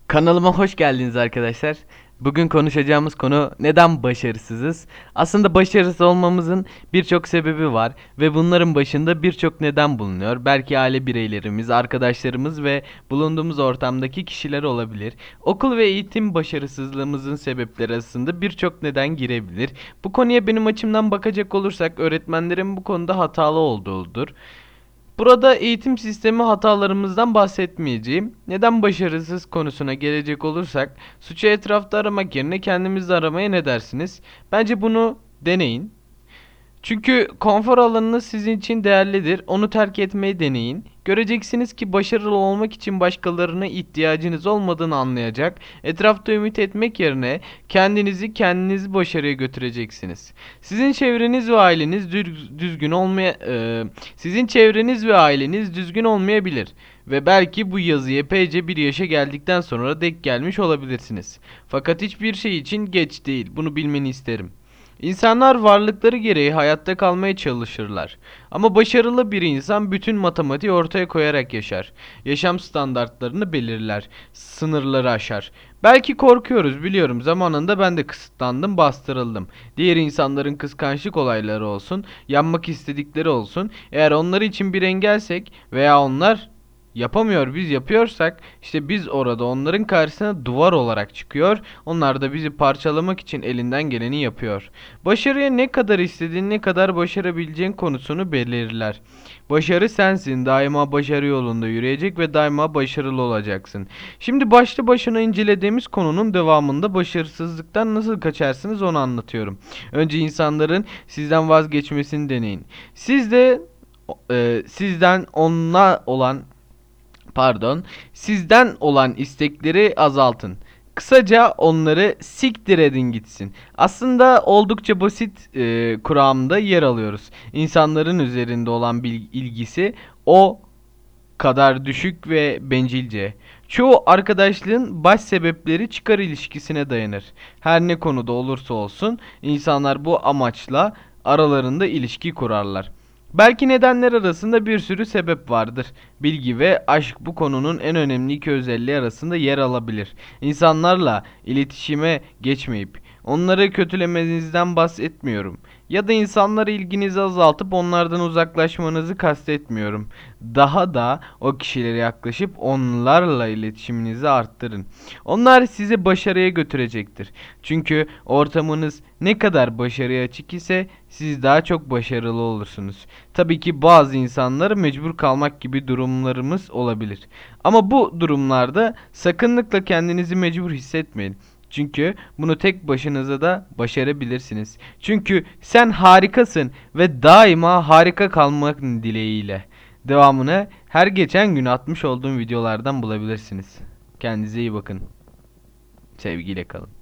Kanalıma hoş geldiniz arkadaşlar. Bugün konuşacağımız konu neden başarısızız? Aslında başarısız olmamızın birçok sebebi var ve bunların başında birçok neden bulunuyor. Belki aile bireylerimiz, arkadaşlarımız ve bulunduğumuz ortamdaki kişiler olabilir. Okul ve eğitim başarısızlığımızın sebepleri arasında birçok neden girebilir. Bu konuya benim açımdan bakacak olursak öğretmenlerin bu konuda hatalı olduğudur. Burada eğitim sistemi hatalarımızdan bahsetmeyeceğim. Neden başarısız konusuna gelecek olursak, suçu etrafta aramak yerine kendimizde aramaya ne dersiniz? Bence bunu deneyin. Çünkü konfor alanınız sizin için değerlidir. Onu terk etmeyi deneyin. Göreceksiniz ki başarılı olmak için başkalarına ihtiyacınız olmadığını anlayacak. Etrafta ümit etmek yerine kendinizi başarıya götüreceksiniz. Sizin çevreniz ve aileniz düzgün olmaya sizin çevreniz ve aileniz düzgün olmayabilir ve belki bu yazıya epeyce bir yaşa geldikten sonra denk gelmiş olabilirsiniz. Fakat hiçbir şey için geç değil. Bunu bilmeni isterim. İnsanlar varlıkları gereği hayatta kalmaya çalışırlar. Ama başarılı bir insan bütün matematiği ortaya koyarak yaşar. Yaşam standartlarını belirler, sınırları aşar. Belki korkuyoruz, biliyorum. Zamanında ben de kısıtlandım, bastırıldım. Diğer insanların kıskançlık olayları olsun, yanmak istedikleri olsun. Eğer onlar için bir engelsek veya onlar yapamıyor biz yapıyorsak, işte biz orada onların karşısına duvar olarak çıkıyor. Onlar da bizi parçalamak için elinden geleni yapıyor. Başarıya ne kadar istediğin, ne kadar başarabileceğin konusunu belirler. Başarı sensin. Daima başarı yolunda yürüyecek ve daima başarılı olacaksın. Şimdi başlı başına incelediğimiz konunun devamında başarısızlıktan nasıl kaçarsınız onu anlatıyorum. Önce insanların sizden vazgeçmesini deneyin. Siz de sizden ona olan pardon, sizden olan istekleri azaltın. Kısaca onları siktir edin gitsin. Aslında oldukça basit kuramda yer alıyoruz. İnsanların üzerinde olan ilgisi o kadar düşük ve bencilce. Çoğu arkadaşlığın baş sebepleri çıkar ilişkisine dayanır. Her ne konuda olursa olsun insanlar bu amaçla aralarında ilişki kurarlar. Belki nedenler arasında bir sürü sebep vardır. Bilgi ve aşk bu konunun en önemli iki özelliği arasında yer alabilir. İnsanlarla iletişime geçmeyip onları kötülemenizden bahsetmiyorum. Ya da insanlara ilginizi azaltıp onlardan uzaklaşmanızı kastetmiyorum. Daha da o kişilere yaklaşıp onlarla iletişiminizi arttırın. Onlar sizi başarıya götürecektir. Çünkü ortamınız ne kadar başarıya açık ise siz daha çok başarılı olursunuz. Tabii ki bazı insanlara mecbur kalmak gibi durumlarımız olabilir. Ama bu durumlarda sakınlıkla kendinizi mecbur hissetmeyin. Çünkü bunu tek başınıza da başarabilirsiniz. Çünkü sen harikasın ve daima harika kalmak dileğiyle. Devamını her geçen gün atmış olduğum videolardan bulabilirsiniz. Kendinize iyi bakın. Sevgiyle kalın.